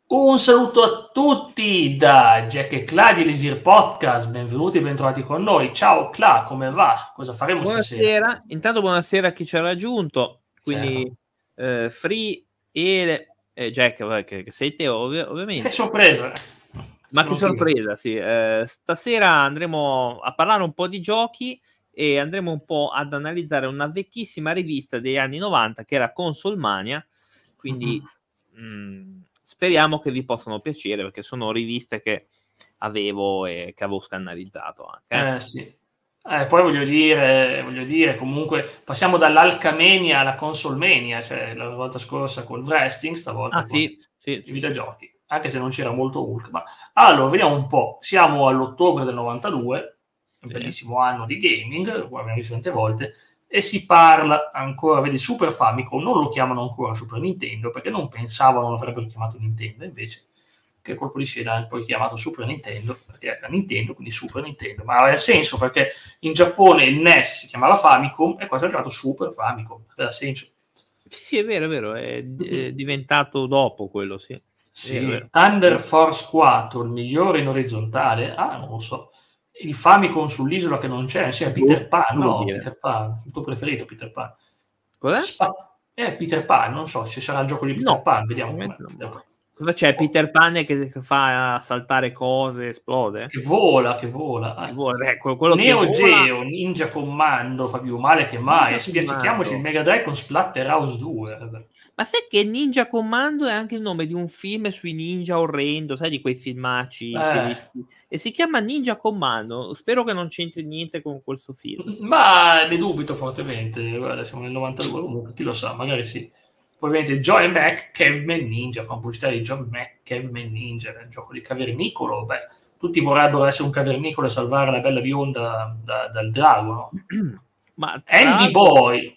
Un saluto a tutti da Jack e Cla di Elisir Podcast, benvenuti e bentrovati con noi. Ciao Cla, come va? Cosa faremo stasera? Buonasera, intanto buonasera a chi ci ha raggiunto, quindi Certo. Free e Jack, vabbè, che sei te Che ovviamente. sorpresa! Ma che Sono anche io. sorpresa, sì. Stasera andremo a parlare un po' di giochi e andremo un po' ad analizzare una vecchissima rivista degli anni '90 che era Consolmania, quindi speriamo che vi possano piacere perché sono riviste che avevo e che avevo scannalizzato anche. Sì. Poi voglio dire, comunque passiamo dall'Alcamania alla Consolmania, cioè la volta scorsa col wrestling, stavolta Ah con sì, sì, i sì, sì. videogiochi, anche se non c'era molto Hulk. Ma allora, vediamo un po'. Siamo all'ottobre del 92, un Sì. bellissimo anno di gaming, come abbiamo visto tante volte, e si parla ancora, vedi, Super Famicom, non lo chiamano ancora Super Nintendo, perché non pensavano lo avrebbero chiamato Nintendo, invece che colpo di scena hanno poi chiamato Super Nintendo, perché era Nintendo, quindi Super Nintendo, ma aveva senso perché in Giappone il NES si chiamava Famicom e qua si è chiamato Super Famicom, aveva senso. Sì, è vero, è diventato dopo quello, sì. È vero, è Sì, vero. Thunder Force 4, il migliore in orizzontale? Ah, non lo so. Il Famicom sull'isola che non c'è, sì, è Boh, Peter Pan, che vuol no, dire? Peter Pan, il tuo preferito Peter Pan. Cos'è? Peter Pan, non so, ci sarà il gioco di Peter No, Pan, vediamo com'è. ovviamente no. Peter Pan. Cosa c'è? Oh, Peter Pan che fa saltare cose, esplode? che vola, che vola. Che vola, quello che Neo vola. Geo, Ninja Commando, fa più male che mai. Ninja Spiaccichiamoci il Commando. Mega Drive con Splatterhouse 2. Vabbè. Ma sai che Ninja Commando è anche il nome di un film sui ninja orrendo, sai, di quei filmacci Eh, scetti? E si chiama Ninja Commando. Spero che non c'entri niente con questo film. ma ne dubito fortemente. Guarda, siamo nel 92, comunque, chi lo sa, magari sì. Poi ovviamente Joe e Mac, Caveman Ninja, fa un pubblicità di Joe e Mac, Caveman Ninja, il gioco di cavernicolo. Beh, tutti vorrebbero essere un cavernicolo e salvare la bella bionda dal drago, no? Ma tra Andy l'altro Boy.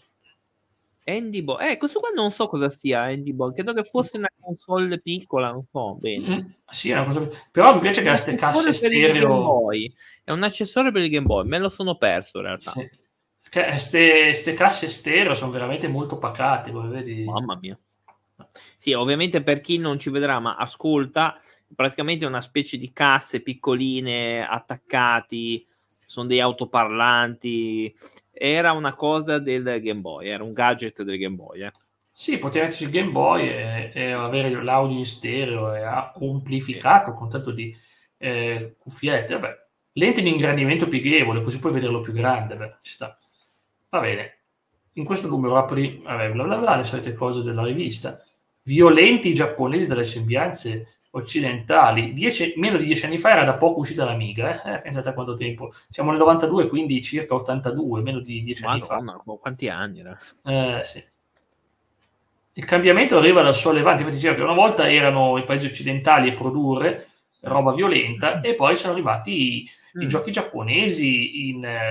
Andy Boy, questo qua non so cosa sia Andy Boy, credo che fosse una console piccola, non so bene. Sì, è una cosa. Però mi piace È che un ha ste casse accessorio per il Game stereo. Boy, è un accessorio per il Game Boy, me lo sono perso in realtà. Sì. Che ste casse stereo sono veramente molto pacate, come vedi. Mamma mia. Sì, ovviamente per chi non ci vedrà, ma ascolta, praticamente è una specie di casse piccoline attaccati, sono dei autoparlanti, era una cosa del Game Boy, era un gadget del Game Boy, Sì, poter metterci il Game Boy e Sì, sì, avere l'audio in stereo e sì. amplificato con tanto di cuffiette. Vabbè, lente di ingrandimento pieghevole, così puoi vederlo più grande. Beh, ci sta. Va bene. In questo numero apri, vabbè, bla bla bla, le solite cose della rivista. Violenti giapponesi dalle sembianze occidentali. Meno di 10 anni fa era da poco uscita l'Amiga. Pensate a quanto tempo. Siamo nel 92, quindi circa 82, meno di 10 anni fa. Madonna, quanti anni era? Sì. Il cambiamento arriva dal Sole Levante, infatti diceva che una volta erano i paesi occidentali a produrre Sì. roba violenta e poi sono arrivati i Mm. giochi giapponesi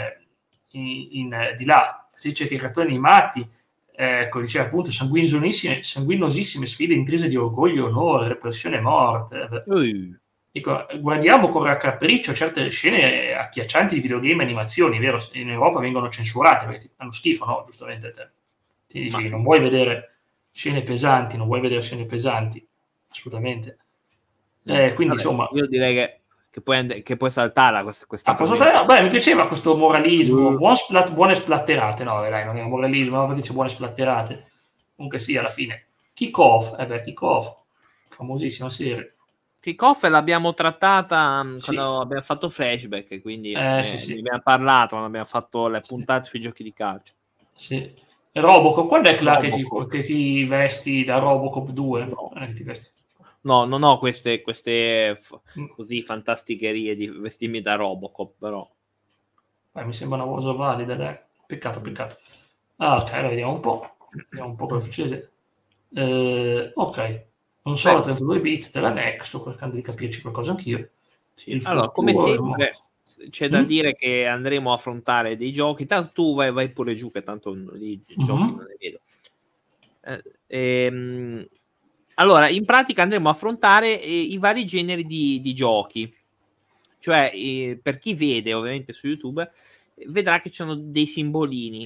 di là. Si dice che i cartoni animati, ecco, diceva appunto sanguinosissime sfide intrise di orgoglio, onore, repressione e morte. Ui. Dico, guardiamo con raccapriccio certe scene agghiaccianti di videogame e animazioni, vero? In Europa vengono censurate perché hanno schifo, no? Giustamente te. Ti dici Ma che non sì. vuoi vedere scene pesanti, non vuoi vedere scene pesanti, assolutamente. Quindi Vabbè, insomma, io direi che puoi saltarla questa posso dire, presentazione. beh, mi piaceva questo moralismo, buone splatterate, no, dai, non è un moralismo, no, perché c'è buone splatterate. Comunque sì, alla fine. Kick Off, famosissima serie. Kickoff l'abbiamo trattata Sì, quando abbiamo fatto Flashback, quindi sì, ne sì, abbiamo parlato quando abbiamo fatto le sì, puntate sui giochi di calcio. sì. Robocop, quando è là Robocop. che ti vesti da Robocop 2? No, Non è che ti vesti. no, non ho queste Mm. così fantasticherie di vestirmi da Robocop, però. Mi sembra una cosa valida, dai. Peccato, Mm. peccato. Ah, ok, allora vediamo un po'. Vediamo un po' cosa succede. Ok, non solo Beh, 32 bit della Next, sto cercando di capirci qualcosa anch'io. sì. Il Allora, come futuro è sempre morto. c'è da Mm? dire che andremo a affrontare dei giochi. Tanto tu vai pure giù, che tanto lì giochi non Mhm. ne vedo. Eh, ehm, allora, in pratica andremo a affrontare i vari generi di giochi. Cioè, per chi vede ovviamente su YouTube, vedrà che ci sono dei simbolini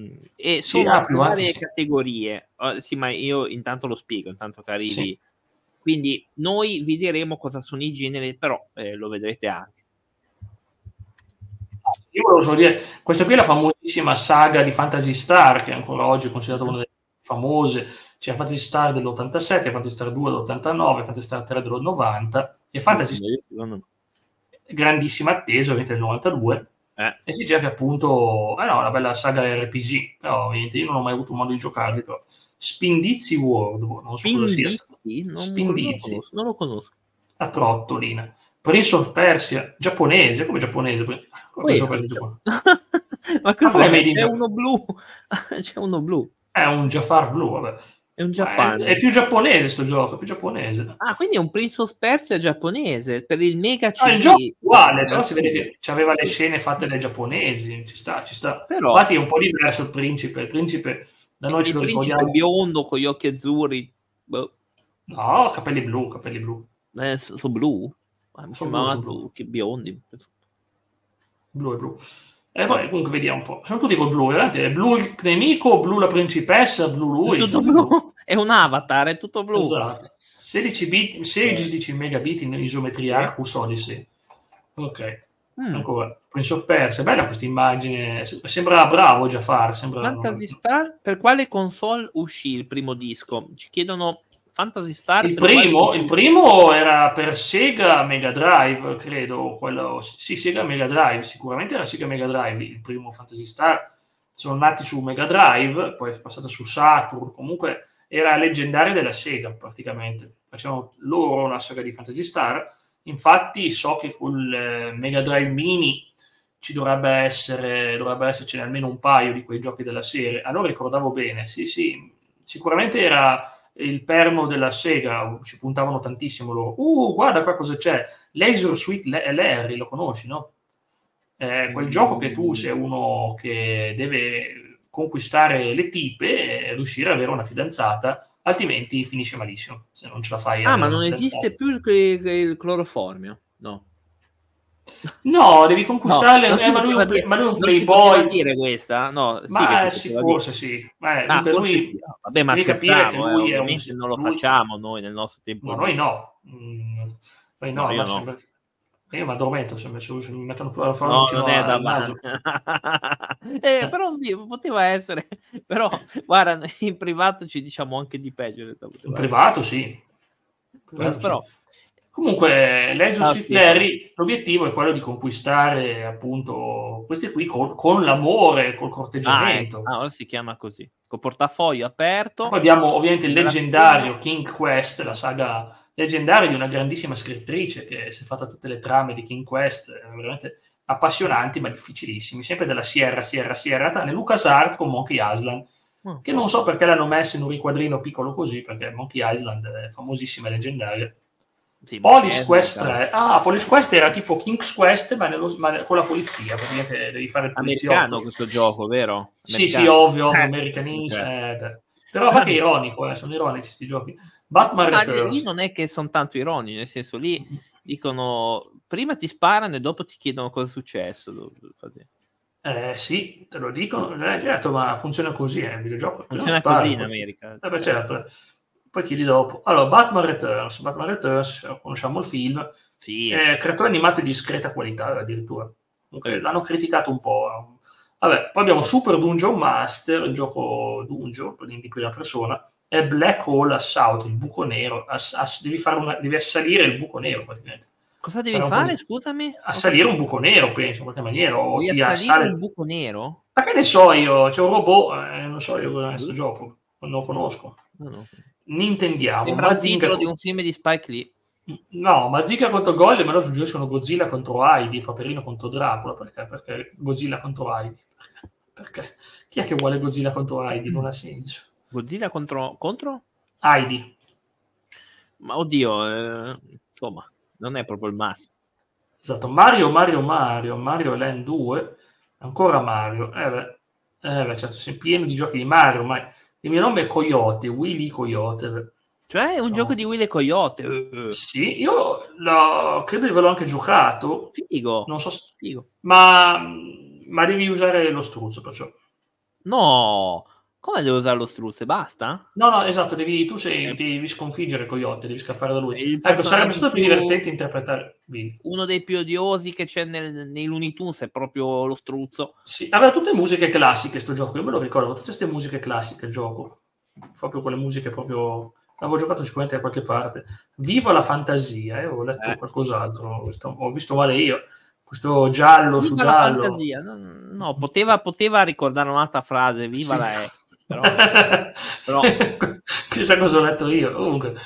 e Sì, sono più di avanti varie sì. categorie. Sì, ma io intanto lo spiego, intanto che Sì. arrivi Quindi noi vi diremo cosa sono i generi, però lo vedrete anche. Io volevo solo dire, questa qui è la famosissima saga di Phantasy Star, che ancora oggi è considerata una delle famose. C'è Phantasy Star dell'87, Phantasy Star 2 dell'89, Phantasy Star 3 del 90 e Phantasy Star grandissima attesa, ovviamente del 92. E si cerca appunto una bella saga RPG, però ovviamente io non ho mai avuto modo di giocarli, però Spindizzi World, non so cosa sia. Spindizzi? Non lo conosco. A trottolina. Prince of Persia, giapponese, come giapponese? Ma cos'è? C'è uno blu. C'è uno blu. È un Jafar blu, vabbè. È un Giappone. È più giapponese sto gioco, è più giapponese. Ah, quindi è un Prince of Persia giapponese, per il Mega CD. Il gioco è uguale, però si vede che aveva le scene fatte dai giapponesi, ci sta. Però, infatti è un po' diverso il principe da noi ce lo ricordiamo. Il biondo con gli occhi azzurri. Boh. No, capelli blu. Sono blu? Mi sembrava che biondi. Blu e blu. E poi comunque vediamo un po'. Sono tutti col blu, veramente. È blu il nemico, blu la principessa, blu lui. Tutto blu. È un avatar, è tutto blu. Esatto. 16 megabit in isometria Arcus Odyssey. Ok. Ancora Prince of Persia. Bella questa immagine. Sembra bravo Jafar. Phantasy Star. Per quale console uscì il primo disco? Ci chiedono Phantasy Star. Il primo era per Sega Mega Drive, credo. Sì, Sega Mega Drive. Sicuramente era Sega Mega Drive. Il primo Phantasy Star. Sono nati su Mega Drive, poi è passata su Saturn. Comunque era leggendaria della Sega praticamente. Facevano loro una saga di Phantasy Star. Infatti so che col Mega Drive Mini ci dovrebbe essercene almeno un paio di quei giochi della serie. Allora ricordavo bene, sì, sicuramente era il perno della Sega, ci puntavano tantissimo loro. Guarda qua cosa c'è, Laser Suite Larry, lo conosci, no? Quel gioco che tu sei uno che deve conquistare le tipe e riuscire ad avere una fidanzata, altrimenti finisce malissimo se non ce la fai. Ma non esiste più il cloroformio? No, devi conquistarle. Ma lui è un playboy. Non dire questa? No, forse sì. Forse lui, sì. Vabbè, ma scherzavo, ovviamente non lo facciamo noi nel nostro tempo. No, noi no. Io mi addormento se mi mettono fuori non è da naso. Però poteva essere. Però guarda, in privato ci diciamo anche di peggio. In privato sì. Però comunque Laser Suite Larry, l'obiettivo è quello di conquistare appunto questi qui con l'amore, col corteggiamento. Ora si chiama così, con portafoglio aperto. Poi abbiamo ovviamente il leggendario King Quest, la saga leggendaria di una grandissima scrittrice che si è fatta tutte le trame di King Quest, veramente appassionanti ma difficilissimi, sempre della Sierra, tranne LucasArts con Monkey Island, che non so perché l'hanno messo in un riquadrino piccolo così, perché Monkey Island è famosissima e leggendaria. Sì, Police Quest 3. Police Quest era tipo King's Quest, ma con la polizia, praticamente devi fare il poliziotto. Americano questo gioco, vero? Americano. Sì, ovvio, americanissimo. Però ma che ironico, sono ironici questi giochi. Batman Returns. Lì non è che sono tanto ironici, nel senso lì dicono prima ti sparano e dopo ti chiedono cosa è successo. Sì, te lo dicono, certo, ma funziona così, il videogioco. Funziona così in America. Certo. Poi chiedi dopo. Allora, Batman Returns, conosciamo il film, sì. Creatore animato di discreta qualità addirittura. L'hanno criticato un po'. Vabbè, poi abbiamo Super Dungeon Master, il gioco Dungeon, di prima persona, e Black Hole Assault, il buco nero. Devi assalire il buco nero praticamente. Cosa devi fare, scusami? Assalire un buco nero, penso, in qualche maniera. Devi assalire un buco nero? Ma che ne so io? C'è un robot, non so io questo gioco, non lo conosco. No. Nintendiamo. Sembra il titolo di un film di Spike Lee. No, Mazinga contro Golem, me lo suggeriscono Godzilla contro Heidi, Paperino contro Dracula, perché Godzilla contro Heidi? Perché? Chi è che vuole Godzilla contro Heidi? Non ha senso. Godzilla contro? Heidi. Ma oddio, insomma, non è proprio il massimo. Esatto, Mario Land 2, ancora Mario. Certo, sei pieno di giochi di Mario, ma il mio nome è Coyote, Willy Coyote. Cioè è un gioco di Willy Coyote? Sì, io credo di averlo anche giocato. Figo. Non so, figo. Ma devi usare lo struzzo, perciò. No, Come devo usare lo struzzo e basta? No, esatto, devi sconfiggere Coyote, devi scappare da lui. Il Ecco, sarebbe personaggio stato più divertente interpretare Billy. uno dei più odiosi che c'è nei Looney Tunes è proprio lo struzzo. Sì, aveva tutte musiche classiche sto gioco, io me lo ricordo, tutte queste musiche classiche il gioco. Proprio quelle musiche proprio... Avevo giocato sicuramente da qualche parte. Viva la fantasia, ho letto qualcos'altro, ho visto male io. Questo giallo Viva su la giallo. fantasia, no, poteva ricordare un'altra frase, viva sì. la E. Però... chissà cosa ho letto io, comunque.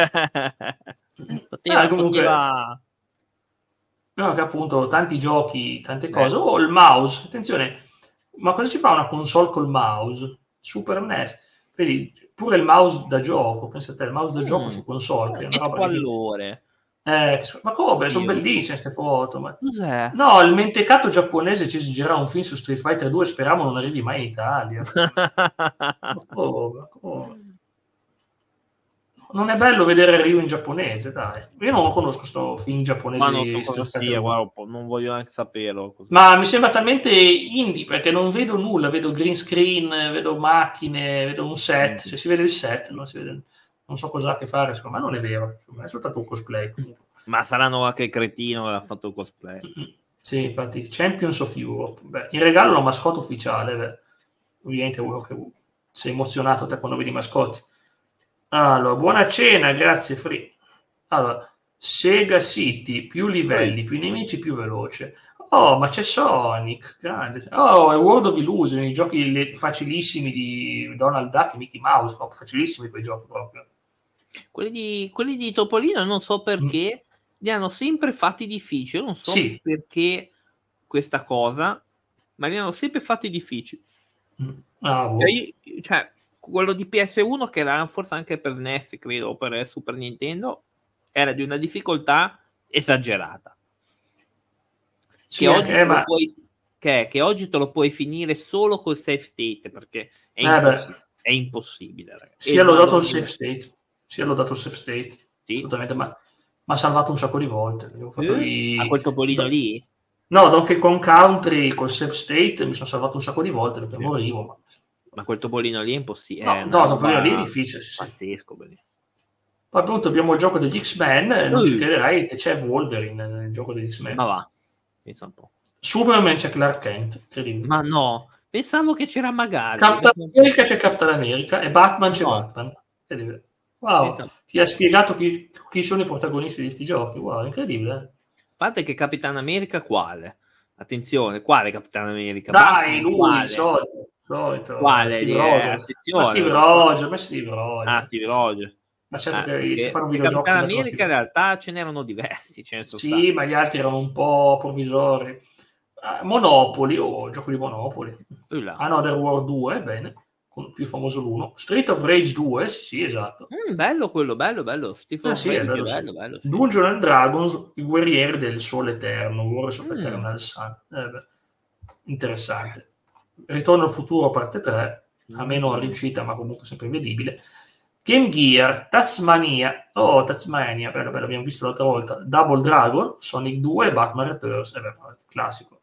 poteva... No, che appunto tanti giochi, tante cose. Oh, il mouse, attenzione, ma cosa ci fa una console col mouse? Super NES. Vedi, pure il mouse da gioco, pensa a te, il mouse da gioco su console. Che è una roba squallore. Ma come? Sono bellissime queste foto. Ma... Cos'è? No, il mentecato giapponese ci si girava un film su Street Fighter 2 e speravo non arrivi mai in Italia. Ma come? Non è bello vedere Ryu in giapponese, dai. Io non conosco questo film giapponese. Ma non so cosa sia, guarda, non voglio neanche saperlo. Così. Ma mi sembra talmente indie, perché non vedo nulla, vedo green screen, vedo macchine, vedo un set. Se si vede il set, non so cosa ha a che fare, secondo me non è vero. È soltanto un cosplay. Ma saranno qualche cretino che ha fatto il cosplay. Sì, infatti, Champions of Europe. Beh, in regalo la mascotte ufficiale. Beh. Ovviamente sei emozionato te quando vedi i mascotti. Allora, buona cena, grazie Free. Allora, Sega City, più livelli, più nemici, più veloce. Oh, ma c'è Sonic, grande. Oh, è World of Illusion, i giochi facilissimi di Donald Duck e Mickey Mouse, facilissimi quei giochi proprio. Quelli di Topolino non so perché li hanno sempre fatti difficili, non so perché questa cosa, ma li hanno sempre fatti difficili. Cioè, quello di PS1 che era forse anche per NES, credo, o per Super Nintendo, era di una difficoltà esagerata. Che oggi te lo puoi finire solo col save state, perché è impossibile. Ragazzi. Sì, l'ho dato il save state. Sì, l'ho dato il save state. Sì. Assolutamente, ma ha salvato un sacco di volte. A quel topolino lì? No, Donkey Kong Country col save state mi sono salvato un sacco di volte perché morivo. Ma quel topolino lì è impossibile. No, il topolino lì è difficile. Sì. Pazzesco. Poi appunto abbiamo il gioco degli X-Men, non ci crederai che c'è Wolverine nel gioco degli X-Men. Ma va, pensa un po'. Superman c'è Clark Kent, incredibile. Ma no, pensavo che c'era magari. Captain America c'è Captain America e Batman c'è Batman. Incredibile. Wow, ti ha spiegato chi sono i protagonisti di questi giochi. Wow, incredibile. A parte che Capitan America quale? Attenzione, quale Capitan America? Dai, lui, solito. Quale? Steve Rogers. Ah, Steve Rogers. Ma certo che si fanno videogiochi. Capitan America in realtà ce n'erano diversi. Sì, ma gli altri erano un po' provvisori. Monopoly, gioco di Monopoly. Another World 2, bene. Più famoso l'uno. Street of Rage 2, sì, esatto. Bello quello, bello. Street of Rage, bello. Sì. Dungeons and Dragons, i guerrieri del sole eterno, Wars of Eternal Sun. Interessante. Ritorno al futuro, parte 3, a meno riuscita, ma comunque sempre vedibile. Game Gear, Tasmania, bello, abbiamo visto l'altra volta. Double Dragon, Sonic 2 e Batman Returns, classico.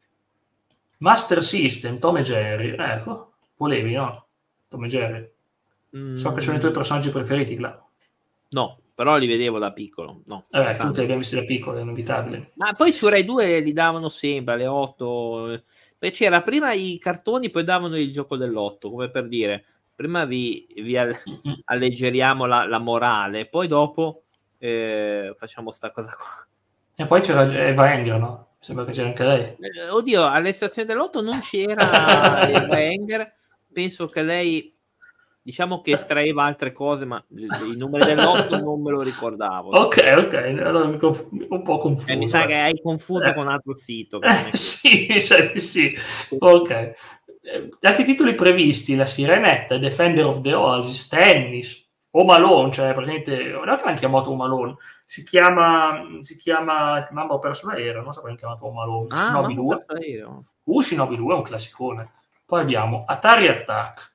Master System, Tom e Jerry, ecco. Volevi, no? Tom e Jerry. So che sono i tuoi personaggi preferiti, Cla. No, però li vedevo da piccolo. No, tutti li abbiamo visti da piccolo, è inevitabile. Ma poi su Rai 2 li davano sempre alle 8. C'era prima i cartoni, poi davano il gioco dell'8, come per dire, prima vi alleggeriamo la morale, poi dopo facciamo sta cosa qua. E poi c'era Eva Enger, no? Sembra che c'era anche lei. Oddio, alle stazioni dell'8 non c'era Eva Enger. Penso che lei, diciamo che estraeva altre cose, ma i numeri dell'8 non me lo ricordavo. Ok, allora mi un po' confuso. Mi sa che hai confuso con altro sito. Sì, mi sa di sì. Ok. Altri titoli previsti: La Sirenetta, Defender of the Oasis, Tennis, Home Alone, cioè praticamente, non è che l'hanno chiamato Home Alone, si chiama Mamma ho perso l'aereo, non so perché l'hanno chiamato Home Alone. Shinobi 2. Shinobi 2 è un classicone. Poi abbiamo Atari Attack,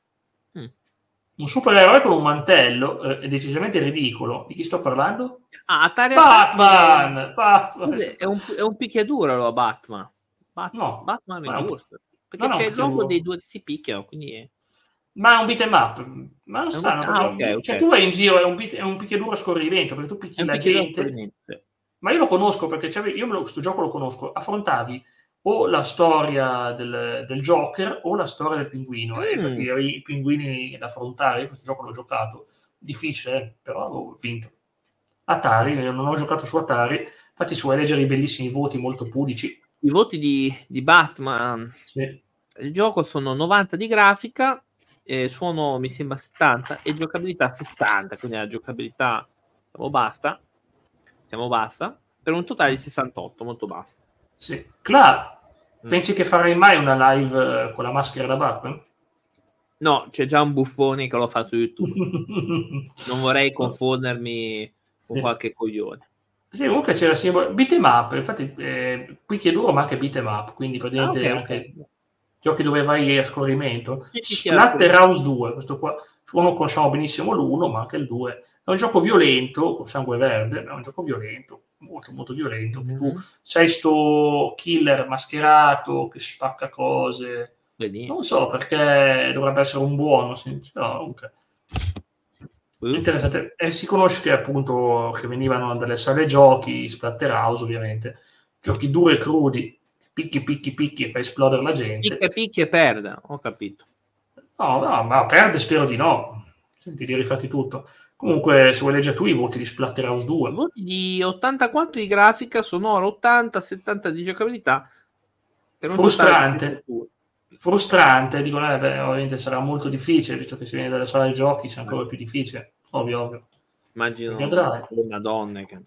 un supereroe con un mantello, è decisamente ridicolo. Di chi sto parlando? Atari Batman! È un picchiaduro a Batman. No, Batman è giusto. Perché c'è il logo dei due che si picchiano, quindi Ma è un beat 'em up, ma non strano, Ok, cioè ok. tu vai in giro, è un picchiaduro a scorrimento, perché tu È picchi un la picchiaduro a gente, scorrimento, sì. ma io lo conosco perché sto gioco lo conosco, affrontavi o la storia del Joker o la storia del pinguino, e infatti i pinguini da affrontare, questo gioco l'ho giocato, difficile, però ho vinto. Atari, non ho giocato su Atari, infatti se vuoi leggere i bellissimi voti molto pudici. I voti di Batman, Sì. il gioco sono 90 di grafica, suono mi sembra 70 e giocabilità 60, quindi la giocabilità siamo bassa, per un totale di 68, molto basso. Sì. Cla, pensi che farei mai una live con la maschera da Batman? No, c'è già un buffone che lo fa su YouTube. Non vorrei confondermi con Sì. qualche coglione. Sì, comunque c'era beat 'em up, infatti qui che duro ma anche beat 'em up, quindi praticamente Ok. anche giochi dove vai a scorrimento. Sì, Splatterhouse 2, questo qua, uno conosciamo benissimo l'1, ma anche il 2. È un gioco violento, con sangue verde, ma è un gioco violento, molto molto violento, che tu sei sto killer mascherato che spacca cose. Vedi? Non so perché dovrebbe essere un buono, però comunque interessante. E si conosce che appunto che venivano dalle sale giochi, Splatterhouse ovviamente, giochi duri e crudi, picchi e fai esplodere la gente. Picchia e perda, ho capito. No, ma perde spero di no. Senti, di rifatti tutto. Comunque, se vuoi leggere tu i voti di Splatterhouse 2. Voti di 84 di grafica, sonoro 80, 70 di giocabilità, per un totale di Frustrante. 72. Frustrante, dicono, ovviamente sarà molto difficile, visto che si viene dalle sale giochi, sarà ancora più difficile. Ovvio. Immagino Vedrai. le madonne che...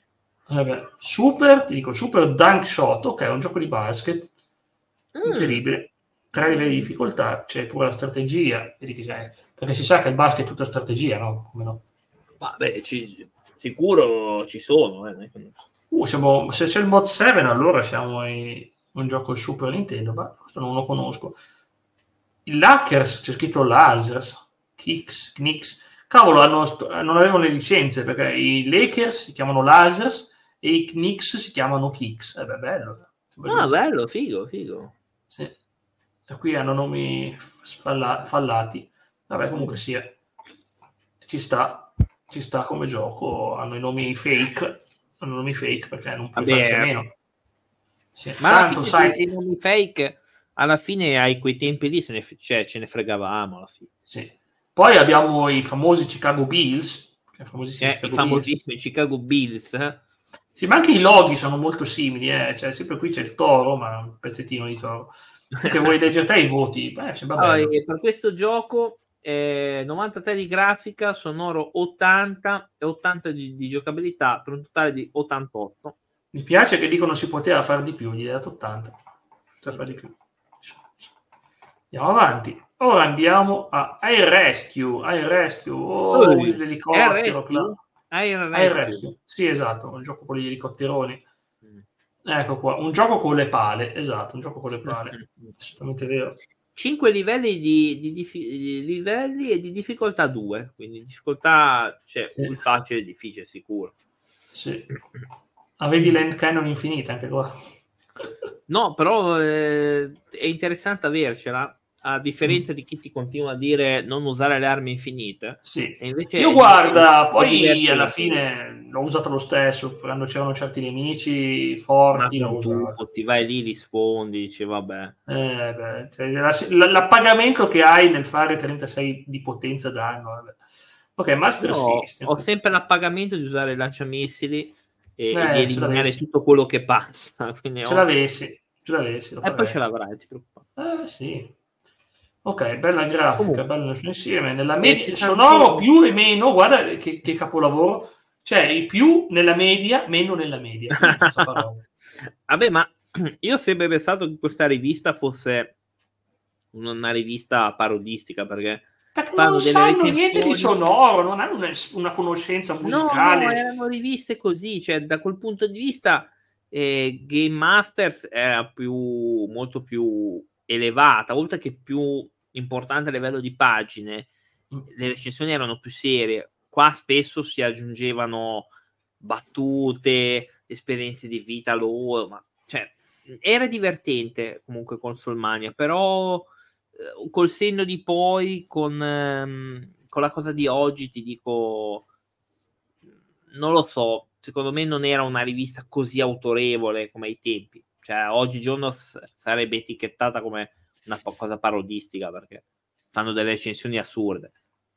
Super Dunk Shot, ok, è un gioco di basket incredibile, 3 livelli di difficoltà, c'è pure la strategia, perché si sa che il basket è tutta strategia, no? Come no? Vabbè, sicuro ci sono. Se c'è il mod 7 allora siamo in un gioco Super Nintendo, ma questo non lo conosco. Il Lakers, c'è scritto Lasers, Knicks, cavolo, non avevano le licenze, perché i Lakers si chiamano Lasers e i Knicks si chiamano Kicks. Bello. Bello, figo. Sì. E qui hanno nomi fallati. Vabbè, comunque sia. Ci sta come gioco. Hanno i nomi fake perché non puoi farci a meno. Sì. Ma Tanto sai dei nomi fake, alla fine a quei tempi lì ce ne fregavamo alla fine. Sì. Poi abbiamo i famosi Chicago Bills. I famosissimi Chicago Bills. Sì, ma anche i loghi sono molto simili, cioè, sempre qui c'è il toro, ma un pezzettino di toro. Che vuoi leggere te i voti? Sembra bello. Per questo gioco 93 di grafica, sonoro 80 e 80 di giocabilità, per un totale di 88. Mi piace che dicono si poteva fare di più, gli hai dato 80. Fare di più. Andiamo avanti. Ora andiamo a Air Rescue. L'elicottero. Air Rescue. Sì, esatto, un gioco con gli elicotteroni. Ecco qua, un gioco con le pale, esatto, un gioco con le pale. Assolutamente vero. 5 livelli di livelli e di difficoltà 2, quindi difficoltà più facile e difficile sicuro. Sì. Avevi l'end cannon infinita anche qua. No, però è interessante avercela, a differenza di chi ti continua a dire non usare le armi infinite. Sì. E invece io guarda, poi alla fine l'ho usato lo stesso, quando c'erano certi nemici forti l'ho usato. Ti vai lì, li sfondi, dici vabbè. L'appagamento che hai nel fare 36 di potenza danno. Vabbè. Ok, Master System. Ho sempre l'appagamento di usare i lanciamissili e di eliminare tutto quello che passa. Quindi ce l'avessi. E poi ce l'avrai, ti preoccupare. Sì. Ok, bella grafica, bello insieme. Nella media, tanto... sonoro più e meno, guarda che capolavoro. Cioè, il più nella media, meno nella media. Vabbè, ma io ho sempre pensato che questa rivista fosse una rivista parodistica, perché non sanno niente di sonoro, non hanno una conoscenza musicale. No, erano riviste così, cioè da quel punto di vista Game Masters era molto più elevata, oltre che più importante a livello di pagine, le recensioni erano più serie. Qua spesso si aggiungevano battute, esperienze di vita loro, ma cioè era divertente comunque con Solmania, però col senno di poi, con la cosa di oggi, ti dico, non lo so, secondo me non era una rivista così autorevole come ai tempi, cioè oggigiorno sarebbe etichettata come una cosa parodistica, perché fanno delle recensioni assurde.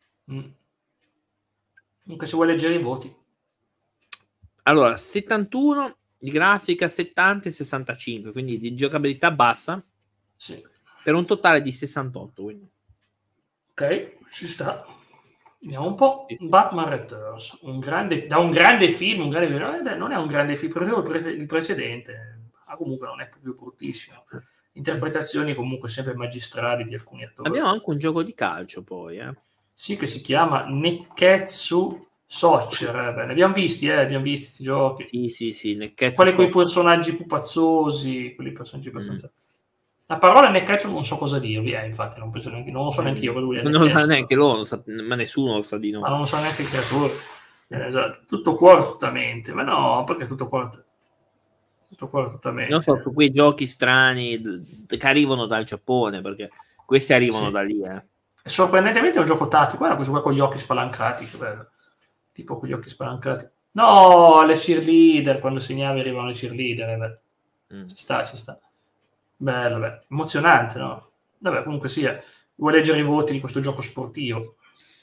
Comunque se vuoi leggere i voti. Allora, 71 di grafica, 70 e 65, quindi di giocabilità bassa, sì, per un totale di 68. Quindi. Ok, ci sta. Vediamo un po'. Sì. Batman Returns, un grande film, non è un grande film, però il precedente, ma comunque non è proprio bruttissimo. Interpretazioni comunque sempre magistrali di alcuni attori. Abbiamo anche un gioco di calcio poi, Sì, che si chiama Nekketsu Soccer. Ne abbiamo visti questi giochi. Sì, Nekketsu quelli con i personaggi pupazzosi, quelli personaggi abbastanza... La parola Nekketsu non so cosa dirvi, infatti non lo so neanche io cosa vuol dire. Non lo sa neanche loro, ma nessuno lo sa di noi. Ma non lo sa neanche il creatore. Esatto. Tutto cuore, tutta mente. Ma no, perché tutto cuore, tutta mente? Non so, su quei giochi strani che arrivano dal Giappone, perché questi arrivano da lì. E sorprendentemente è un gioco tattico. Guarda questo qua con gli occhi spalancati, che bello. Tipo con gli occhi spalancati. No, le cheerleader, quando segnavi arrivano le cheerleader. Ci sta. Bello, emozionante, no? Vabbè, comunque sia. Vuoi leggere i voti di questo gioco sportivo?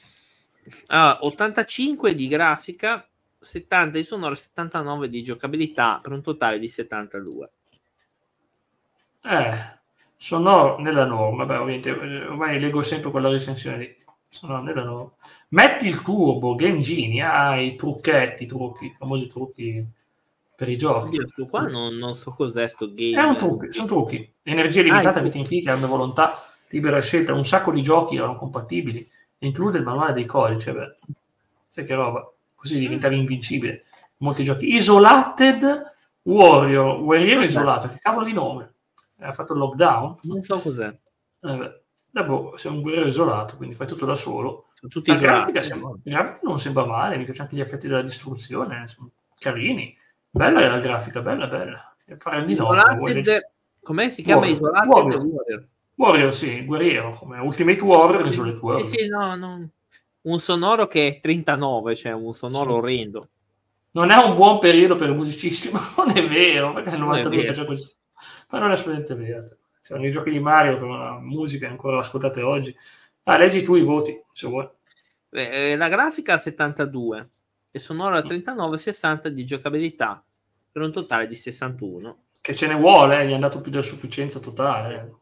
85 di grafica, 70 di sonoro, 79 di giocabilità, per un totale di 72. Sonoro nella norma. Beh, ovviamente, ormai leggo sempre quella recensione lì. Sonoro nella norma. Metti il turbo, Game Genie, i trucchetti, i famosi trucchi per i giochi. Io sto qua non so cos'è sto game. Sono trucchi. Energia limitata, vita infinita, arme volontà, libera scelta, un sacco di giochi erano compatibili. Include il manuale dei codici. Sai che roba? Così diventavi invincibile. Molti giochi. Isolated Warrior, guerriero isolato. Che cavolo di nome? Ha fatto il lockdown? Non so cos'è. Dopo sei un guerriero isolato, quindi fai tutto da solo. Tutti la grafica non sembra male, mi piacciono anche gli effetti della distruzione, sono carini. Bella la grafica, bella. Isolated, come si chiama? Isolated Warrior, sì, guerriero, come Ultimate Warrior, Isolate Warrior. Sì, no. Un sonoro che è 39, cioè un sonoro orrendo. Non è un buon periodo per i musicisti, ma non è vero, perché nel 92 c'è questo. Ma non è assolutamente vero. Cioè, nei giochi di Mario, con la musica ancora ascoltate oggi. Leggi tu i voti, se vuoi. La grafica a 72 e sonoro a 39, 60 di giocabilità, per un totale di 61. Che ce ne vuole, gli è andato più della sufficienza totale.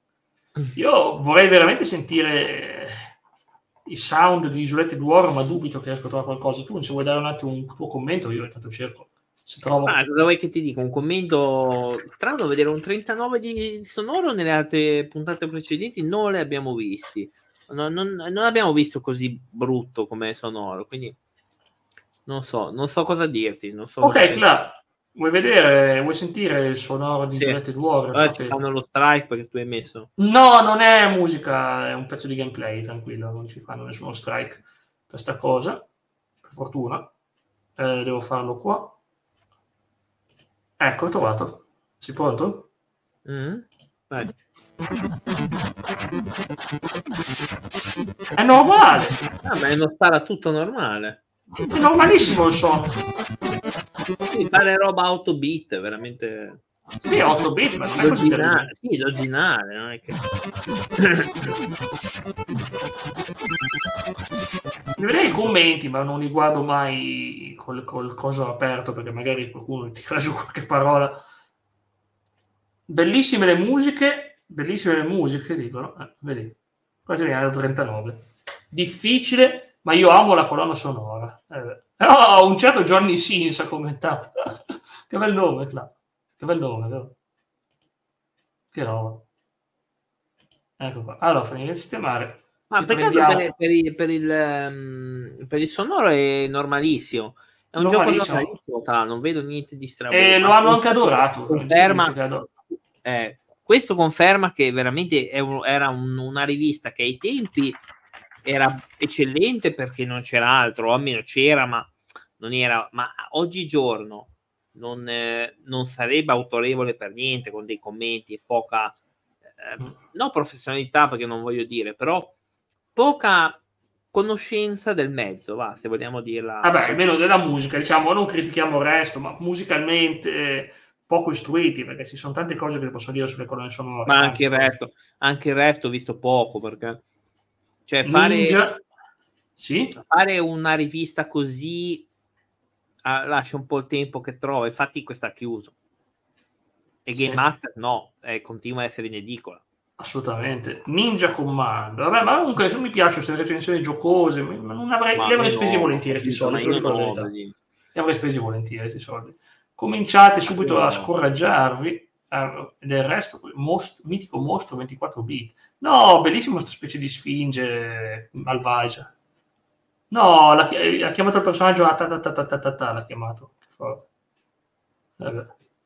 Io vorrei veramente sentire i sound di Isolated War, ma dubito che riesco a trovare qualcosa. Tu, se vuoi dare un attimo un tuo commento, io intanto cerco. Se trovo... cosa vuoi che ti dica? Un commento strano, vedere un 39 di sonoro nelle altre puntate precedenti non le abbiamo visti. Non abbiamo visto così brutto come sonoro, quindi non so cosa dirti. Ok, Cla, vuoi sentire il sonoro di Isolated War? Ora ci fanno lo strike perché tu hai messo. No, non è musica, è un pezzo di gameplay, tranquillo, non ci fanno nessuno strike per sta cosa, per fortuna. Devo farlo qua. Ecco, ho trovato. Sei pronto? Vai. È normale. Ma non sarà tutto normale. È normalissimo il suono. Sì, fare roba 8 bit, veramente. Sì, 8 bit, ma non è così terribile. Sì, l'originale, non è che... Mi vedrei i commenti, ma non li guardo mai col coso aperto, perché magari qualcuno ti tira giù qualche parola. Bellissime le musiche, dicono. Vedi, quasi viene da 39. Difficile, ma io amo la colonna sonora. Un certo Johnny Sins ha commentato. Che bel nome, Cla. Che bel nome, vero? Che roba. Ecco qua. Allora, fammi sistemare. Ma peccato per il sonoro è normalissimo. È un gioco normalissimo, non vedo niente di straordinario. Lo hanno anche adorato. Questo conferma che veramente era una rivista che ai tempi era eccellente perché non c'era altro, o almeno c'era, ma non era. Ma oggigiorno non sarebbe autorevole per niente, con dei commenti e poca no professionalità, perché non voglio dire, però poca conoscenza del mezzo, va, se vogliamo dirla. Vabbè, almeno della musica, diciamo, non critichiamo il resto, ma musicalmente poco istruiti, perché ci sono tante cose che si possono dire sulle colonne sonore. Ma anche il resto ho visto poco, perché cioè Ninja, sì? fare una rivista così lascia un po' il tempo che trova, infatti questa ha chiuso. E Game Sì. Master no, continua a essere in edicola. Assolutamente. Ninja Commando. Vabbè, ma comunque se mi piace queste recensioni giocose, ma non avrei, Ma le avrei io spesi no, volentieri questi soldi, ma te lo io dico la no, verità. vedi. Li avrei spesi volentieri questi soldi. Cominciate subito io a no. scoraggiarvi, del resto, mitico mostro 24 bit. No, bellissima questa specie di sfinge malvagia. No, ha chiamato il personaggio l'ha chiamato. Che forte. Vabbè.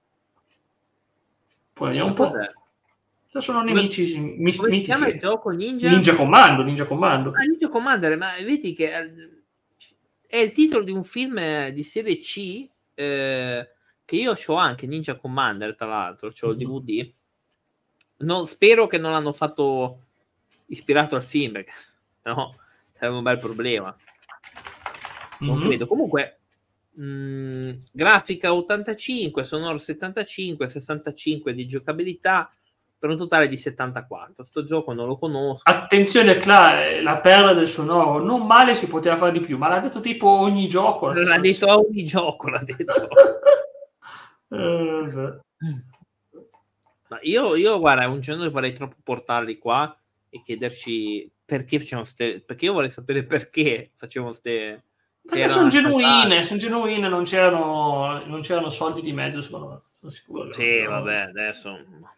Poi vediamo un po'. Sono nemici come si chiama il gioco? Ninja Commando. Ninja Commander, ma vedi che è il titolo di un film di serie C che io ho anche, Ninja Commander, tra l'altro, c'ho il DVD. Spero che non l'hanno fatto ispirato al film, perché no, sarebbe un bel problema. Non credo. Comunque grafica 85, sonoro 75, 65 di giocabilità, per un totale di 74. Sto gioco non lo conosco. Attenzione, la perla del sonoro, non male, si poteva fare di più, ma l'ha detto tipo ogni gioco. L'ha detto a ogni gioco, l'ha detto. Ma io guarda, un giorno vorrei troppo portarli qua e chiederci perché facevano perché io vorrei sapere perché facevano perché sono genuine, non c'erano soldi di mezzo, secondo me. Sì, vabbè, adesso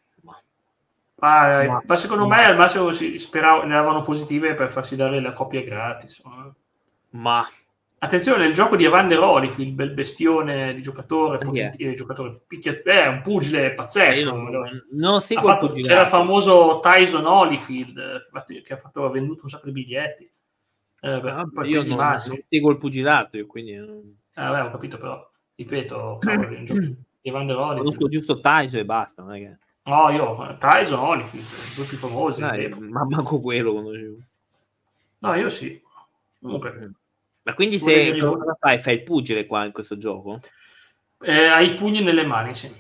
ma secondo me al massimo si speravano, ne avevano positive per farsi dare la copia gratis. Ma attenzione, il gioco di Evander Holyfield, bel bestione di giocatore, giocatore è un pugile pazzesco. Non seguo il pugilato. C'era il famoso Tyson Holyfield che ha venduto un sacco di biglietti. Io non seguo il pugilato, io quindi vabbè, ho capito, però ripeto, cavolo, è un gioco di Evander Holyfield. Conosco giusto Tyson e basta, non è che... No, io Tyson Holyfield, due più famosi. Ma manco quello conoscevo. No, io sì. Comunque. Ma quindi se cosa fai? Fai il pugile qua in questo gioco? Hai i pugni nelle mani, sì.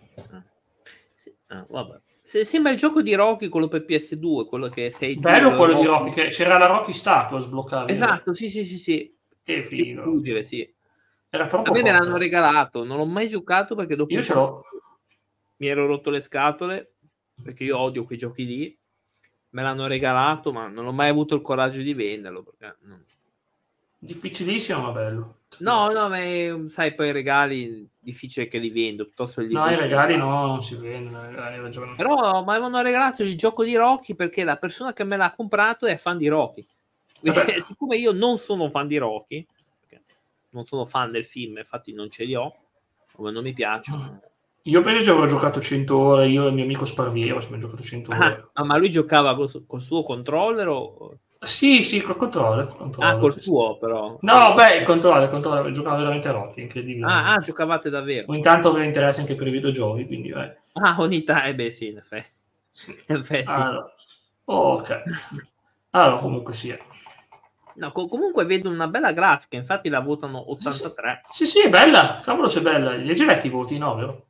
Vabbè. Sembra il gioco di Rocky, quello per PS2, quello che sei bello quello di Rocky, che c'era la Rocky statua a sbloccare. Esatto, sì. Che figo. Pugile, sì. Era troppo a me me l'hanno regalato, non l'ho mai giocato perché dopo io ce l'ho. Mi ero rotto le scatole perché io odio quei giochi lì. Me l'hanno regalato, ma non ho mai avuto il coraggio di venderlo perché difficilissimo, ma bello. No, ma sai, poi i regali difficile che li vendo, piuttosto no, i regali no, non si vendono. Però mi avevano regalato il gioco di Rocky perché la persona che me l'ha comprato è fan di Rocky. Siccome io non sono fan di Rocky, perché non sono fan del film, infatti non ce li ho, come non mi piacciono. Io penso che avrò giocato 100 ore, io e il mio amico Sparviero abbiamo giocato 100 ore. Ma lui giocava col suo controller o... Sì, col controller. Col tuo però. No, il controller, giocava veramente a Rocky, incredibile. Giocavate davvero. Ogni tanto aveva interesse anche per i videogiochi, quindi ogni tanto, sì, in effetti. Sì. In effetti. Allora, ok. Allora, comunque sia. No, comunque vedo una bella grafica, infatti la votano 83. Sì, è bella, cavolo se è bella. Li hai già letti i voti, no, vero?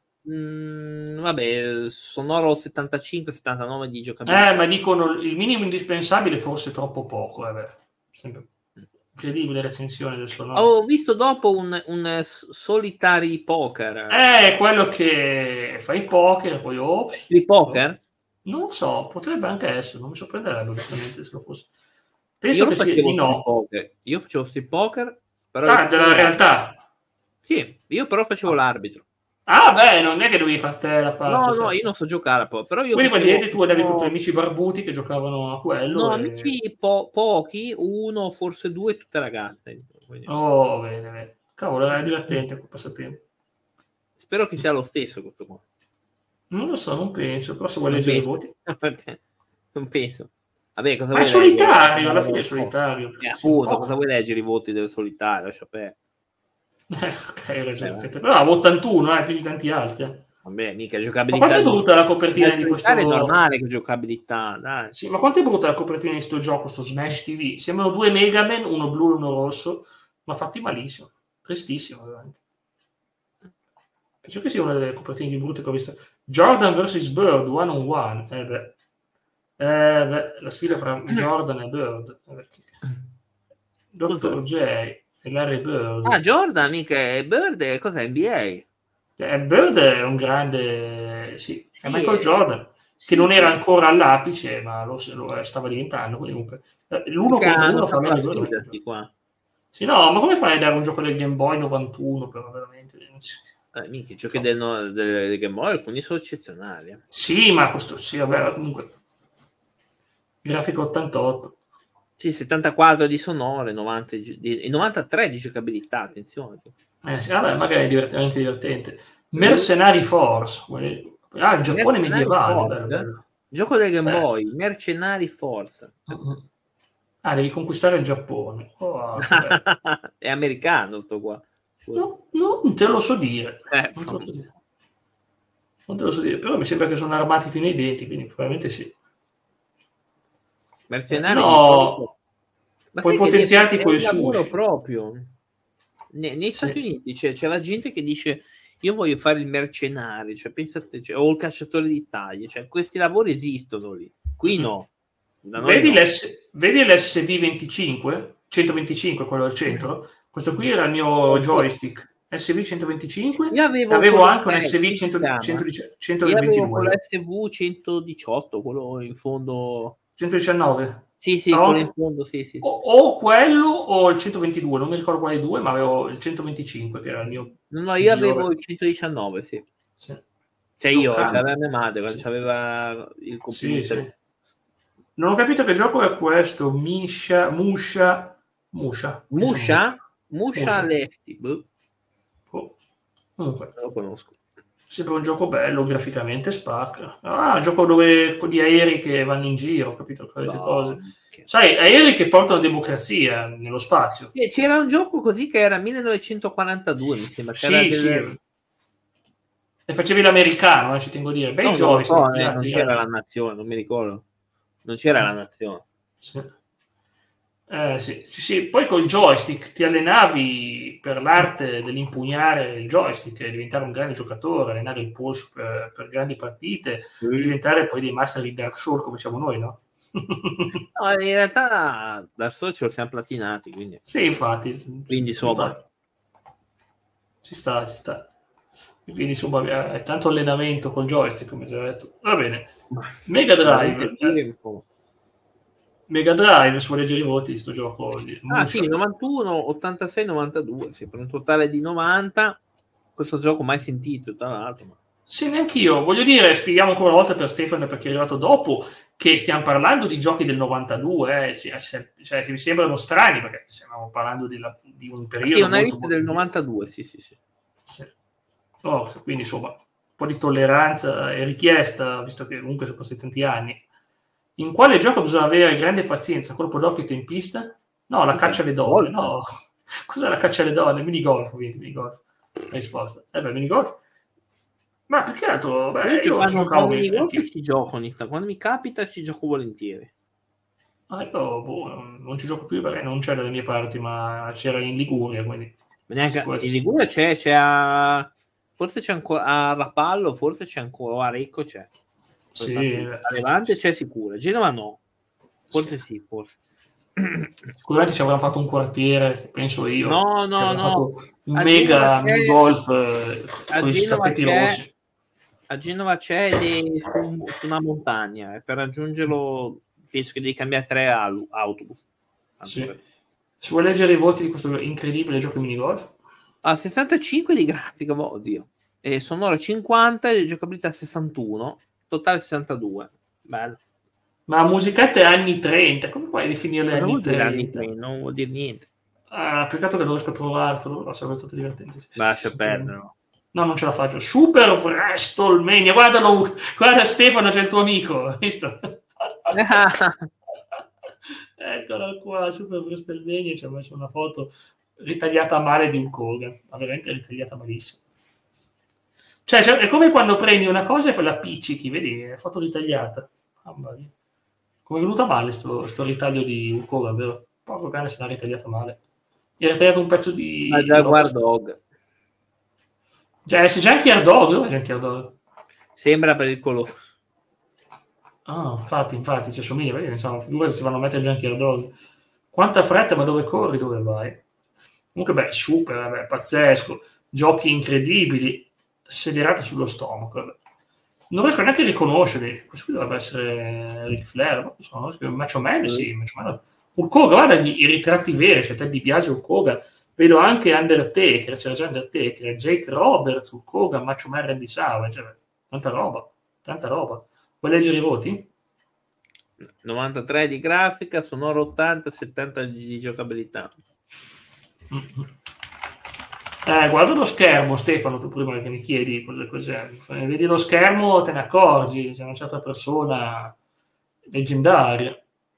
Vabbè, sonoro 75-79 di giocabilità. Ma dicono il minimo indispensabile forse troppo poco, sempre incredibile recensione del sonoro. Ho visto dopo un Solitary Poker. Quello che fa i poker, poi Street Poker? Non so, potrebbe anche essere, non mi sorprenderebbe onestamente se lo fosse. Penso che sia di no. Poker. Io facevo Street Poker, però della realtà. Sì, io però facevo l'arbitro. Non è che dovevi fare te la parte. No, io non so giocare però io quindi tu avevi con i tuoi amici barbuti che giocavano a quello. No, amici pochi, uno, forse due, tutte ragazze. Quindi... bene. Cavolo, è divertente quel passatempo. Spero che sia lo stesso questo qua. Non lo so, non penso, però se vuoi leggere i voti. Non penso. Vabbè, cosa vuoi solitario, alla fine è solitario. Appunto, cosa vuoi leggere i voti del solitario? Ok, hai ragione. Però 81, più di tanti altri. Vabbè, mica Ma giocabilità. quanto è brutta la copertina di questo? È normale che giocabilità, dai. Sì, ma quanto è brutta la copertina di sto gioco, sto Smash TV? Sembrano 2 Mega Man, uno blu e uno rosso, ma fatti malissimo. Tristissimo, veramente. Penso che sia una delle copertine più brutte che ho visto. Jordan vs. Bird, one on one. La sfida fra Jordan e Bird. Dr. J e Larry Bird. Ah, Jordan, mica è Bird, è cos'è? NBA? Bird è un grande, sì, è Michael Jordan, che non era ancora all'apice, ma lo stava diventando. Comunque, l'uno contro uno fa meglio Bird. Qua. Sì, no, ma come fai a dare un gioco del Game Boy 91? Però veramente. Mica, i giochi del Game Boy alcuni sono eccezionali. Sì, ma questo sì, vabbè, comunque. Grafico 88. Sì, 74 di sonore, 90 e 93 di giocabilità, attenzione. Sì, vabbè, magari è divertente. Mercenary Force. Il Giappone medievale. Bello. Gioco del Game Boy, Mercenary Force. Devi conquistare il Giappone. Oh, è americano sto qua. No, non te lo so dire. Non te lo so dire. Però mi sembra che sono armati fino ai denti, quindi probabilmente sì. Mercenari no, puoi potenziarti con il sushi proprio. Nei Stati Uniti c'è la gente che dice io voglio fare il mercenario, cioè pensate, o il cacciatore d'Italia, cioè questi lavori esistono lì. Qui no. Vedi l'SV25 125, quello al centro? Questo qui era il mio joystick SV125. Io avevo anche un SV122. Io avevo l'SV118, quello in fondo 119? Sì, quello in fondo, sì. O quello o il 122, non mi ricordo quale due, ma avevo il 125 che era il mio. No, io avevo il 119, sì. Cioè io, c'aveva mia madre, quando c'aveva il computer. Sì. Non ho capito che gioco è questo, Musha Lefty. Comunque. Lo conosco. Sembra un gioco bello, graficamente spacca. Un gioco con gli aerei che vanno in giro, capito? Queste cose. Sai, aerei che portano democrazia nello spazio. C'era un gioco così che era 1942, mi sembra. Sì. E facevi l'americano, ci tengo a dire. Bei joystick. Non c'era la nazione, non mi ricordo. Non c'era la nazione. Sì. Poi col joystick ti allenavi per l'arte dell'impugnare il joystick e diventare un grande giocatore, allenare il polso per grandi partite, diventare poi dei master di Dark Souls come siamo noi, no? No, in realtà Dark Souls ce lo siamo platinati, quindi. Sì, infatti. Quindi insomma. Ci sta. Quindi insomma è tanto allenamento col joystick, come già detto. Va bene. Mega Drive. Mega Drive su leggeri voti di sto gioco. Sì, 91, 86, 92, sì, per un totale di 90. Questo gioco mai sentito, tra l'altro. Sì, neanch'io. Voglio dire, spieghiamo ancora una volta per Stefano, perché è arrivato dopo, che stiamo parlando di giochi del 92, cioè mi sembrano strani, perché stiamo parlando di un periodo... Sì, una lista del 92, sì. Quindi insomma, un po' di tolleranza è richiesta, visto che comunque sono passati tanti anni. In quale gioco bisogna avere grande pazienza, colpo d'occhio e tempista? No, la caccia alle donne, no. Cos'è la caccia alle donne? Minigolf, minigolf. Risposta. Minigolf. Ma più che altro, io ci giocavo minigolf e ci gioco ogni tanto. Quando mi capita ci gioco volentieri. Non ci gioco più perché non c'è dalle mie parti, ma c'era in Liguria, quindi... In Liguria c'è forse c'è ancora a Rapallo, forse c'è ancora a Recco, c'è. Sì. A Levante c'è sicuro, Genova no. Forse sì. Sicuramente ci avranno fatto un quartiere, penso io. No. Fatto un mega golf con i tappeti rossi. A Genova c'è su una montagna e per raggiungerlo penso che devi cambiare 3 autobus. Sì. Si vuole leggere i voti di questo incredibile gioco di minigolf? 65 di grafica, oddio. E sonoro 50 e giocabilità 61, totale 62. Bello. Ma musichette anni 30, come puoi definirle anni 30? Anni 30? Non vuol dire niente. Peccato che non riesco a trovarlo, sarebbe stato divertente. Lascia perdere. No, non ce la faccio. Super WrestleMania, guarda Stefano, c'è il tuo amico, visto? Eccolo qua, Super WrestleMania, ci ha messo una foto ritagliata male di Hulk Hogan, ma veramente ritagliata malissimo. Cioè, è come quando prendi una cosa e poi la appiccichi, vedi, è foto ritagliata. Mamma mia. Come è venuta male sto ritaglio di Ukova, vero? Porco cane, se l'ha ritagliato male. Gli ha ritagliato un pezzo di Jaguar Dog. Cioè, se Junkyard Dog, dove è Junkyard Dog? Sembra per il colore. Ah, infatti, ci assomiglia, perché insomma, figurati se vanno a mettere Junkyard Dog. Quanta fretta, ma dove corri, dove vai? Comunque, beh, super, vabbè, pazzesco. Giochi incredibili, sederata sullo stomaco. Non riesco neanche a riconoscerli. Questo qui dovrebbe essere Ric Flair, ma non so, Macho Man, sì, Macho Man. Hulk Hogan, guarda i ritratti veri, c'è Ted DiBiase, Hulk Hogan. Vedo anche Undertaker, c'era già Undertaker, Jake Roberts, Hulk Hogan, Macho Man, Randy Savage, cioè, tanta roba. Vuoi leggere i voti? 93 di grafica, sonoro 80, 70 di giocabilità. Guarda lo schermo, Stefano, tu prima che mi chiedi cos'è. Vedi lo schermo, te ne accorgi, c'è una certa persona leggendaria.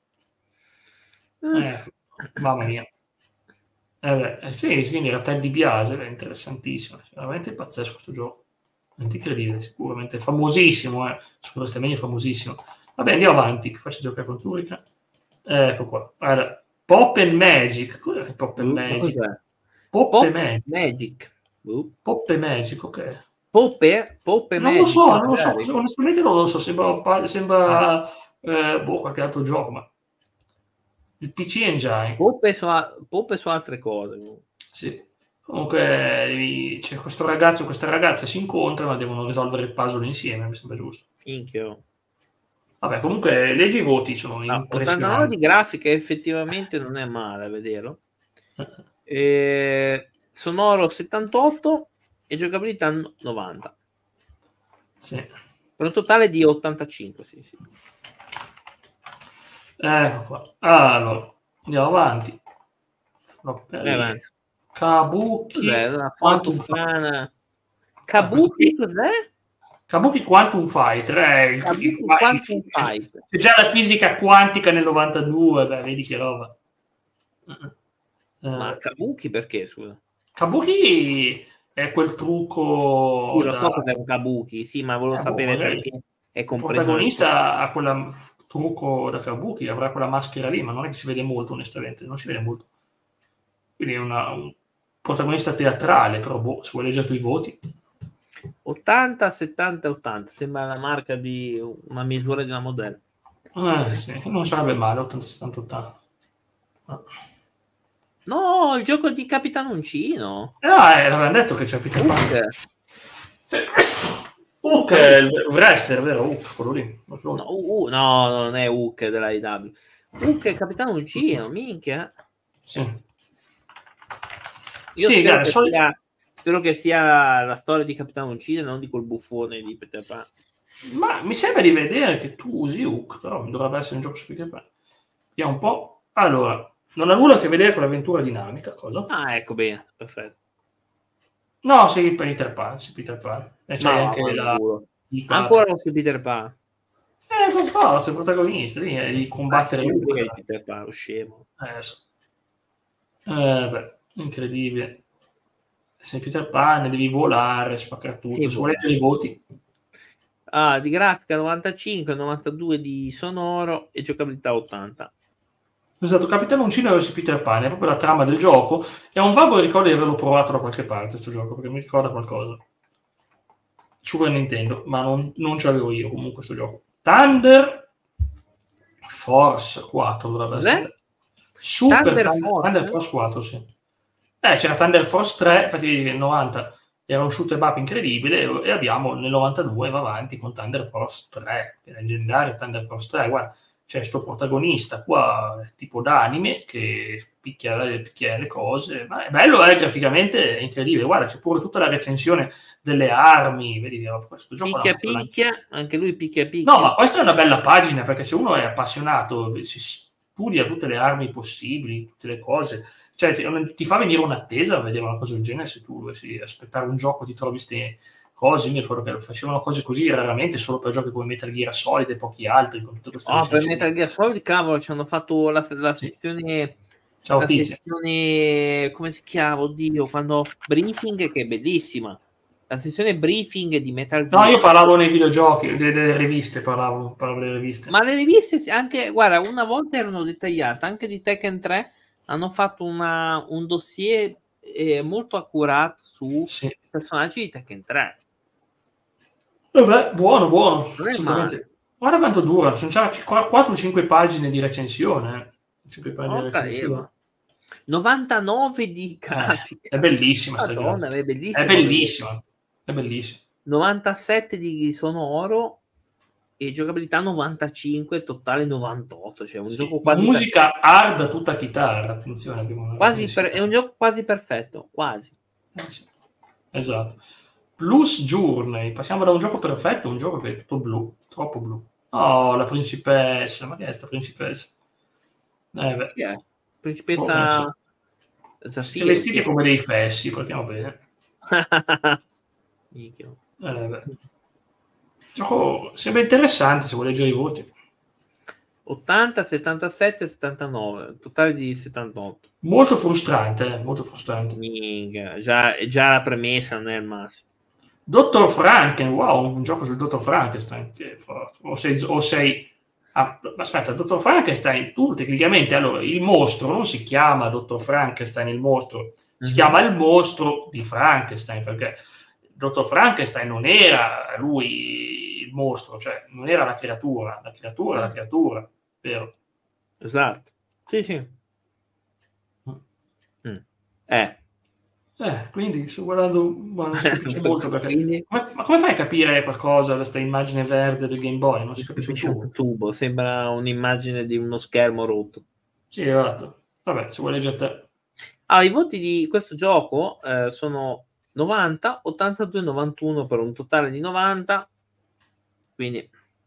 Mamma mia. Sì, quindi era Ted DiBiase, è interessantissimo, veramente pazzesco questo gioco, veramente incredibile, sicuramente famosissimo, sicuramente meglio famosissimo. Vabbè, andiamo avanti, faccio giocare con Turica. Ecco qua, allora, Pop and Magic, cos'è Pop and Magic? Cos'è? Pop and Magic. Pop and Magic, ok. Poppe non Magic. Non lo so, onestamente non lo so, sembra qualche altro gioco, ma il PC Engine. Poppe su altre cose. Sì. Comunque c'è questo ragazzo e questa ragazza si incontrano e devono risolvere il puzzle insieme, mi sembra giusto. Minchio. Vabbè, comunque leggi i voti, sono impressionanti. 89 di grafica effettivamente non è male a vederlo. Sonoro 78 e giocabilità 90. Sì. Per un totale di 85, sì. Ecco qua. Allora, andiamo avanti. Kabuki Quantum Fighter. Kabuki cos'è? Kabuki Quantum Fighter. Quantum Fighter. C'è già la fisica quantica nel 92, beh, vedi che roba. Ma Kabuki perché, scusa? Kabuki è quel trucco... Sì, lo so cos'è un Kabuki, sì, ma volevo sapere perché è compreso. Il protagonista ha quel trucco da Kabuki, avrà quella maschera lì, ma non è che si vede molto, onestamente, non si vede molto. Quindi è un protagonista teatrale, però se vuoi leggere tu i voti. 80, 70, 80, sembra la marca di una misura di una modella. Sì, non sarebbe male, 80, 70, 80. No, il gioco di Capitan Uncino. L'avevano detto che c'è Peter Pan. Hook è il wrestler, vero? Hook, quello lì. No, non è Hook della IW. Hook è Capitan Uncino, minchia. Sì. Io spero che sia la storia di Capitan Uncino e non di quel buffone di Peter Pan. Ma mi sembra di vedere che tu usi Hook, però dovrebbe essere un gioco su Peter Pan. Vediamo un po'. Allora, non ha nulla a che vedere con l'avventura dinamica, cosa? Ah, ecco, bene, perfetto. No, sei Peter Pan, E c'è anche la... Ancora non sei Peter Pan. Per forza, il protagonista, lì è di combattere Hook. Peter Pan, lo scemo. Beh, incredibile. Sei Peter Pan, devi volare, spaccare tutto. Se vuoi leggere i voti. Di grafica 95, 92 di sonoro e giocabilità 80. Esatto, Capitano Uncino versus Peter Pan, è proprio la trama del gioco. E ho un vago ricordo di averlo provato da qualche parte, questo gioco, perché mi ricorda qualcosa. Super Nintendo, ma non ce l'avevo io comunque questo gioco. Thunder Force 4 dovrebbe essere. Thunder Force 4, sì. C'era Thunder Force 3, infatti nel 90 era un shoot 'em up incredibile e abbiamo nel 92 va avanti con Thunder Force 3, che è leggendario Thunder Force 3, guarda, c'è questo protagonista qua tipo d'anime che picchia le cose, ma è bello, graficamente è incredibile, guarda, c'è pure tutta la recensione delle armi, vedi questo gioco picchia, anche lui picchia. No, ma questa è una bella pagina, perché se uno è appassionato si studia tutte le armi possibili, tutte le cose, cioè ti fa venire un'attesa a vedere una cosa del genere. Se tu dovessi aspettare un gioco ti trovi queste cose. Io mi ricordo che facevano cose così raramente solo per giochi come Metal Gear Solid e pochi altri con tutte queste per Metal Gear Solid, cavolo, ci hanno fatto la sezione. Ciao, la sezione, come si chiama? Oddio, quando briefing, che è bellissima. La sessione briefing di Metal No, Gear. io parlavo nei videogiochi, delle riviste, parlavo delle riviste. Ma le riviste anche, guarda, una volta erano dettagliate, anche di Tekken 3 hanno fatto un dossier molto accurato su personaggi di Tekken 3. Vabbè, buono, Non è assolutamente. male. Guarda quanto dura, sono già 4-5 pagine di recensione. 5 pagine di recensione. 99 di grafica. È bellissima sta Madonna, grafica. è bellissima. È bellissima. 97 di sonoro e giocabilità 95, totale 98. Cioè un gioco quasi musica hard a tutta chitarra. Attenzione, è un gioco quasi perfetto. Quasi. Sì. Esatto. Plus Journey. Passiamo da un gioco perfetto a un gioco che è tutto blu. Troppo blu. Oh, la principessa. Ma che è sta principessa? Beh. Chi è? Principessa Siete vestiti come dei fessi, partiamo bene. Gioco sembra interessante se vuoi leggere i voti. 80, 77, 79, totale di 78. Molto frustrante, molto frustrante. Già la premessa non è il massimo. Dottor Franken, wow, un gioco sul Dottor Frankenstein, che forte. O sei aspetta, Dottor Frankenstein, tu tecnicamente, allora, il mostro non si chiama Dottor Frankenstein, il mostro, si chiama il mostro di Frankenstein, perché Dottor Frankenstein non era lui il mostro, cioè non era la creatura è la creatura, vero? Esatto, sì. Quindi sto guardando, non si capisce molto perché. Ma come fai a capire qualcosa da questa immagine verde del Game Boy? Non si capisce un tubo. Sembra un'immagine di uno schermo rotto. Sì, esatto. Vabbè, se vuoi leggere te. I voti di questo gioco sono 90, 82, 91 per un totale di 90. Quindi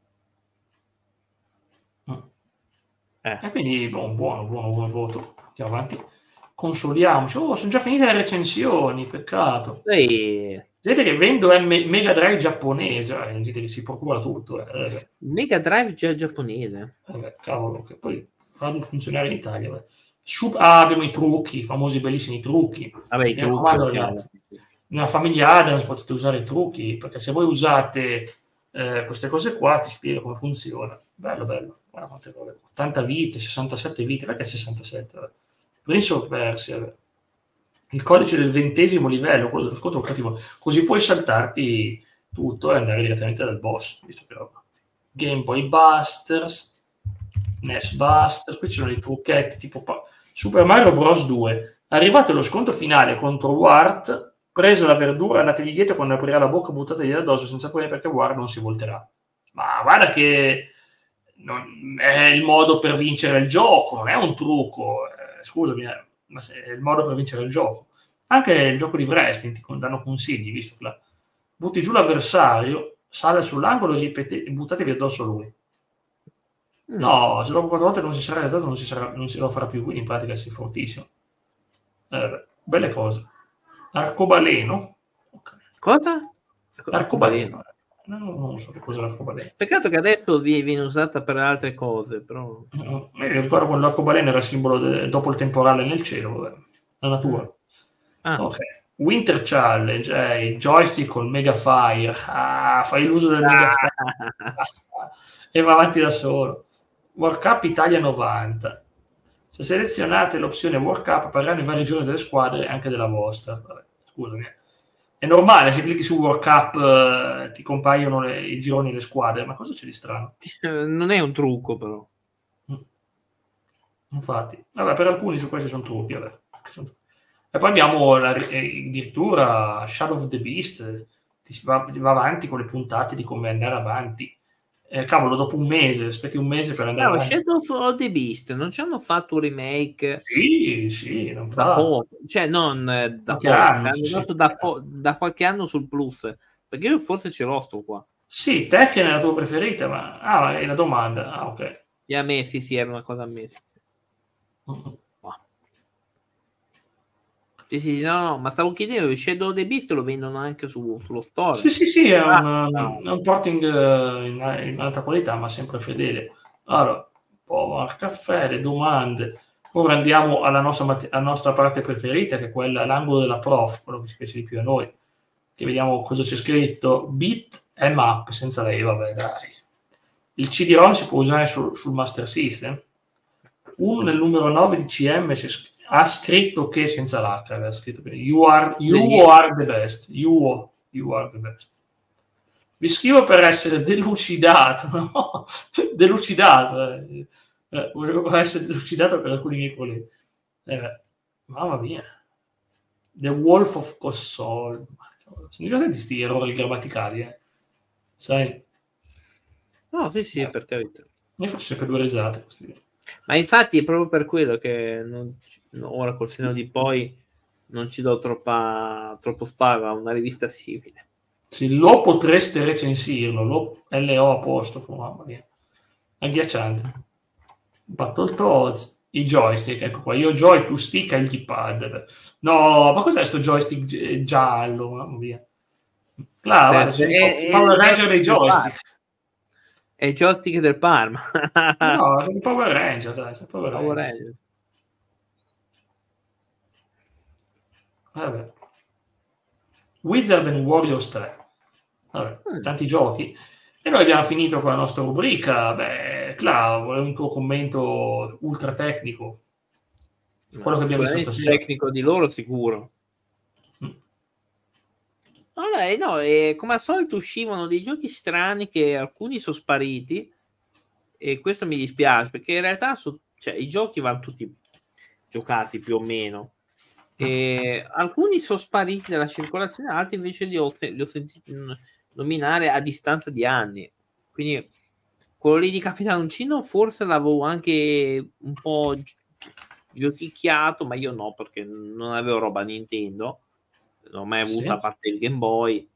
quindi buono voto. Andiamo avanti. Consoliamoci. Sono già finite le recensioni, peccato. Vedete che vendo Mega Drive giapponese, gente che si procura tutto. Mega Drive giapponese? Cavolo, che poi farlo funzionare in Italia. Abbiamo i trucchi, i famosi bellissimi trucchi. Vabbè, i trucchi, ragazzi. Nella famiglia Adams potete usare i trucchi, perché se voi usate queste cose qua, ti spiego come funziona. Bello. 80 vite, 67 vite, perché 67? Prince of Persia, il codice del 20° livello, quello dello scontro cattivo, così puoi saltarti tutto e andare direttamente dal boss, visto che roba. Game Boy Busters, NES Busters, qui ci sono i trucchetti tipo Super Mario Bros 2, arrivate allo scontro finale contro Wart, preso la verdura, andategli dietro, quando aprirà la bocca buttategli addosso senza problemi perché Wart non si volterà. Ma guarda che non è il modo per vincere il gioco, non è un trucco, scusami, ma è il modo per vincere il gioco. Anche il gioco di wrestling ti danno consigli, visto che butti giù l'avversario, sale sull'angolo e buttatevi addosso a lui. No, se dopo 4 volte non si sarà realizzato non si lo farà più, quindi in pratica sei fortissimo. Belle cose. Arcobaleno. Okay. Cosa? Arcobaleno. Non so che cos'è l'arcobaleno. Peccato che adesso viene usata per altre cose, però. Io ricordo quando l'arcobaleno era il simbolo dopo il temporale nel cielo, la natura. Ok. Winter Challenge, il joystick col Mega Fire. Fai l'uso del Mega Fire e va avanti da solo. World Cup Italia 90. Se selezionate l'opzione World Cup appariranno i vari gironi delle squadre e anche della vostra. Vabbè, scusami. È normale, se clicchi su World Cup ti compaiono i gironi delle squadre, ma cosa c'è di strano? Non è un trucco, però. Infatti, vabbè, per alcuni su questi sono trucchi, vabbè. E poi abbiamo addirittura Shadow of the Beast, si va avanti con le puntate di come andare avanti. Cavolo, dopo un mese, aspetti un mese per andare avanti. Shadow of the Beast, non ci hanno fatto un remake? Sì, non fa. Da poco, cioè non da poco, hanno dato da qualche anno sul Plus, perché io forse ce l'ho sto qua. Sì, Tekken è la tua preferita, ma è la domanda. Ok. E a me sì, era una cosa a me. Sì, no, ma stavo chiedendo, Shadow of the Beast lo vendono anche sullo store. Sì, è un porting in alta qualità, ma sempre fedele. Allora, Power Caffè, le domande. Ora andiamo alla nostra parte preferita, che è quella, l'angolo della prof, quello che ci piace di più a noi. che vediamo cosa c'è scritto. Bit e map, senza lei, vabbè, dai. Il CD-ROM si può usare sul Master System. Uno nel numero 9 di CM ha scritto che senza l'H, aveva scritto che you are the best. You are the best. Vi scrivo per essere delucidato, no? Delucidato. Volevo essere delucidato per alcuni miei problemi. Mamma mia. The Wolf of Kossol. Sono divertenti questi errori grammaticali, sai? No, sì, per carità. Mi faccio sempre 2 risate. Questi. Ma infatti è proprio per quello che ora col senno di poi non ci do troppo spazio a una rivista simile. Sì, lo potreste recensirlo, LO apostrofo, mamma mia. Agghiacciante. Battletoads, i joystick, ecco qua, io joy, tu stick e gli pad. No, ma cos'è sto joystick giallo, mamma mia. Claro, è Power Ranger dei joystick. È il joystick del Parma. No, sono i Power Ranger, dai, sono Power Ranger. Vabbè. Wizard and Warriors 3. Vabbè, tanti giochi. E noi abbiamo finito con la nostra rubrica. Beh, Clau, volevo un tuo commento ultra tecnico. Quello che abbiamo visto stasera. Tecnico di loro, sicuro. No, come al solito uscivano dei giochi strani che alcuni sono spariti e questo mi dispiace perché in realtà i giochi vanno tutti giocati più o meno e alcuni sono spariti dalla circolazione, altri invece li ho sentiti nominare a distanza di anni, quindi quello lì di Capitan Uncino forse l'avevo anche un po' giochicchiato, ma io no, perché non avevo roba Nintendo, non ho mai avuto a parte il Game Boy.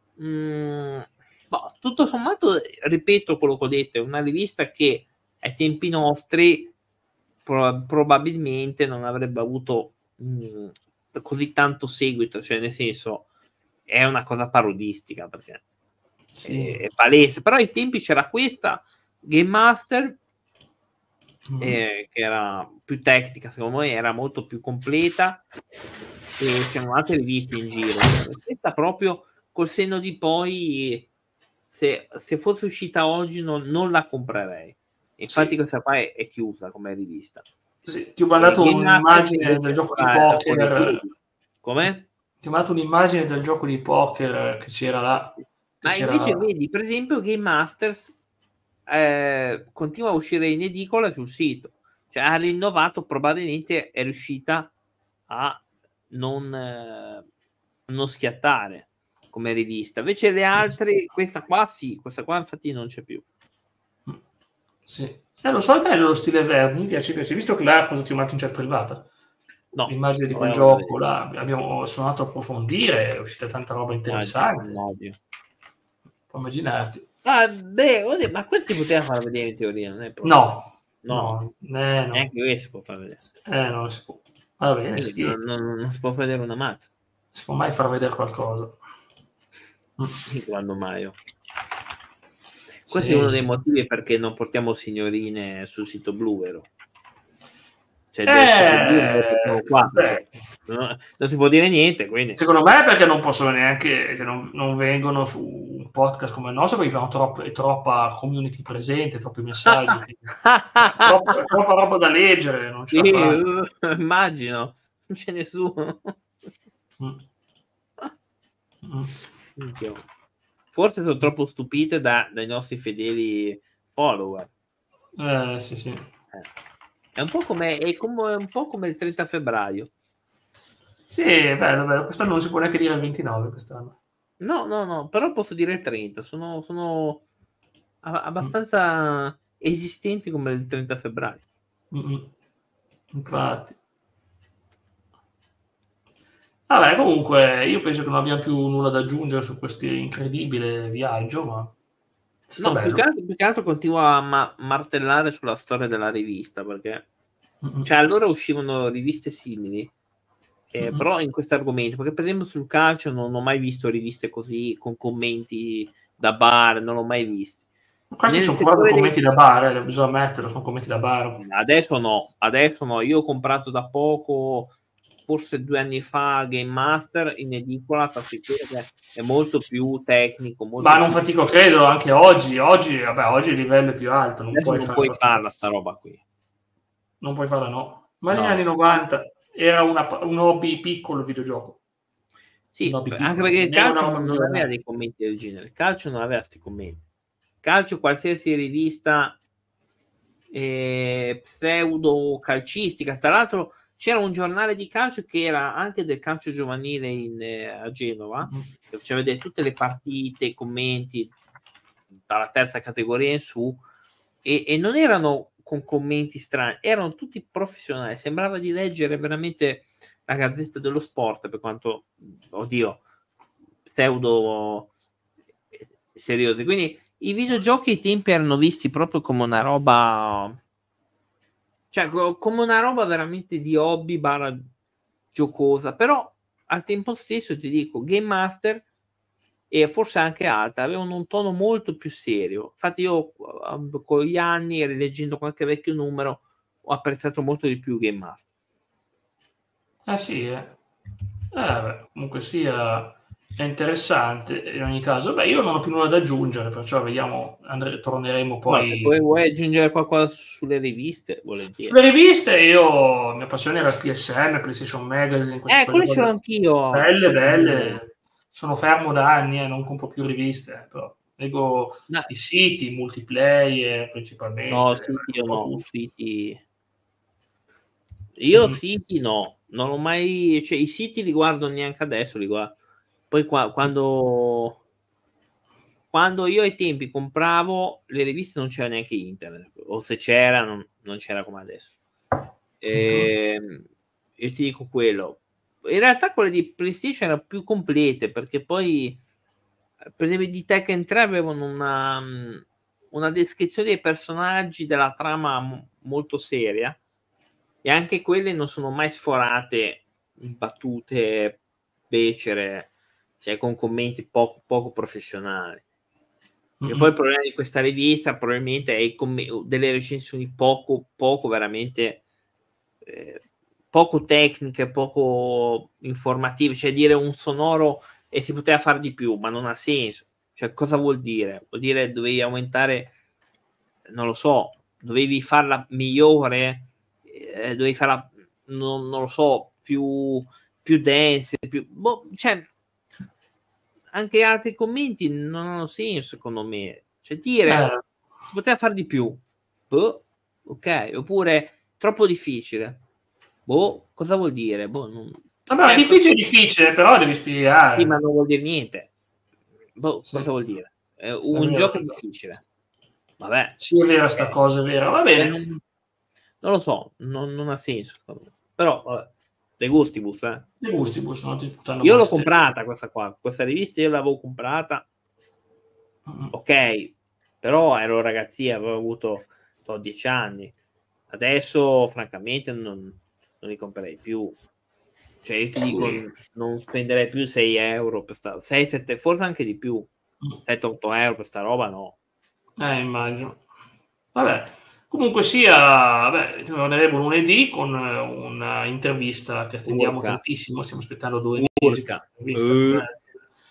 Tutto sommato, ripeto quello che ho detto, è una rivista che ai tempi nostri probabilmente non avrebbe avuto così tanto seguito, cioè nel senso è una cosa parodistica perché è palese, però ai tempi c'era questa Game Master che era più tecnica, secondo me era molto più completa e c'erano altre riviste in giro. Questa proprio col senno di poi, se fosse uscita oggi non la comprerei. Infatti questa qua è chiusa come rivista. Sì, ti ho mandato un'immagine del gioco di poker. Come? Ti ho mandato un'immagine del gioco di poker che c'era là. Ma invece vedi, per esempio, Game Masters continua a uscire in edicola sul sito, cioè ha rinnovato, probabilmente è riuscita a non schiattare come rivista, invece le altre, questa qua infatti non c'è più. Sì, lo so, è bello lo stile verde, mi piace, visto che là cosa ti ho mandato in chat privata? No, l'immagine di quel gioco là, sono andato a approfondire, è uscita tanta roba interessante. Puoi immaginarti. Ma questo si poteva far vedere in teoria, non è proprio... No. Neanche questo si può far vedere. Non si può. Va bene, non si può vedere una mazza. Non si può mai far vedere qualcosa. Quando mai? Questo è uno dei motivi perché non portiamo signorine sul sito blu, vero? Cioè, non si può dire niente, quindi. Secondo me è perché non possono neanche, che non vengono su un podcast come il nostro, perché abbiamo troppa community presente, troppi messaggi, troppa roba da leggere, non ce la fanno. Immagino, non c'è nessuno. Forse sono troppo stupite dai nostri fedeli follower. Sì. È un po' come il 30 febbraio. Sì, è bello. Quest'anno non si può neanche dire il 29 quest'anno. No, però posso dire il 30. Sono abbastanza esistenti come il 30 febbraio. Infatti. Vabbè, comunque, io penso che non abbiamo più nulla da aggiungere su questo incredibile viaggio, ma... No, più che altro continua a martellare sulla storia della rivista, perché cioè allora uscivano riviste simili, però in questo argomento, perché per esempio sul calcio non ho mai visto riviste così con commenti da bar, non l'ho mai visti. Questi sono proprio commenti da bar, bisogna ammetterlo, sono commenti da bar. Adesso no, io ho comprato da poco forse 2 anni fa Game Master in edicola, che è molto più tecnico. Ma non fatico, credo, anche oggi il livello è più alto. Non puoi farla sta roba qui. Non puoi farla, no. Ma negli anni 90 era un hobby piccolo il videogioco. Sì, anche perché il calcio non aveva dei commenti del genere. Il calcio non aveva questi commenti. Calcio, qualsiasi rivista pseudo calcistica, tra l'altro c'era un giornale di calcio che era anche del calcio giovanile a Genova, che faceva vedere tutte le partite, i commenti dalla terza categoria in su, e non erano con commenti strani, erano tutti professionali, sembrava di leggere veramente la Gazzetta dello Sport, per quanto, oddio, pseudo seriosi. Quindi i videogiochi ai tempi erano visti proprio come una roba, cioè come una roba veramente di hobby barra giocosa, però al tempo stesso ti dico, Game Master e forse anche alta avevano un tono molto più serio. Infatti io con gli anni, rileggendo qualche vecchio numero, ho apprezzato molto di più Game Master. Sì, comunque sia, è interessante in ogni caso. Beh, io non ho più nulla da aggiungere, perciò vediamo, torneremo poi. No, se poi vuoi aggiungere qualcosa sulle riviste, volentieri. Sulle riviste io, la mia passione era il PSM, PlayStation Magazine. Quello ce l'ho anch'io. Belle. Sono fermo da anni, non compro più riviste, però leggo i siti, i multiplayer principalmente. No, siti io no, siti... Io siti no, non ho mai... Cioè, i siti li guardo neanche adesso, li guardo. Poi quando io ai tempi compravo le riviste non c'era neanche internet, o se c'era non c'era come adesso. Io ti dico quello. In realtà quelle di PlayStation erano più complete, perché poi per esempio di Tekken 3 avevano una descrizione dei personaggi, della trama molto seria, e anche quelle non sono mai sforate in battute becere, cioè con commenti poco professionali. E poi il problema di questa rivista probabilmente è delle recensioni poco veramente poco tecniche, poco informative, cioè dire un sonoro e si poteva fare di più, ma non ha senso. Cioè, cosa vuol dire? Vuol dire dovevi aumentare, non lo so, dovevi farla migliore, dovevi farla, non lo so, più dense, cioè anche altri commenti non hanno senso, secondo me. Cioè, dire si poteva fare di più, ok, oppure troppo difficile, cosa vuol dire? Vabbè, è difficile, però devi spiegare. Sì, ma non vuol dire niente. Cosa vuol dire? Un gioco è difficile. Vabbè. Sì, è vera sta cosa, è vera. Va bene. Non lo so, non ha senso. Però, vabbè. De gustibus, De gustibus, non ti disputando. Io l'ho comprata questa rivista, io l'avevo comprata. Ok, però ero ragazzino, avevo avuto 10 anni. Adesso, francamente, non li comprerei più. Cioè, io ti dico, non spenderei più 6 euro per 6-7, forse anche di più. 7-8 euro per sta roba, no. Immagino. Vabbè, comunque sia, torneremo lunedì con una intervista che attendiamo tantissimo, stiamo aspettando 2 mesi.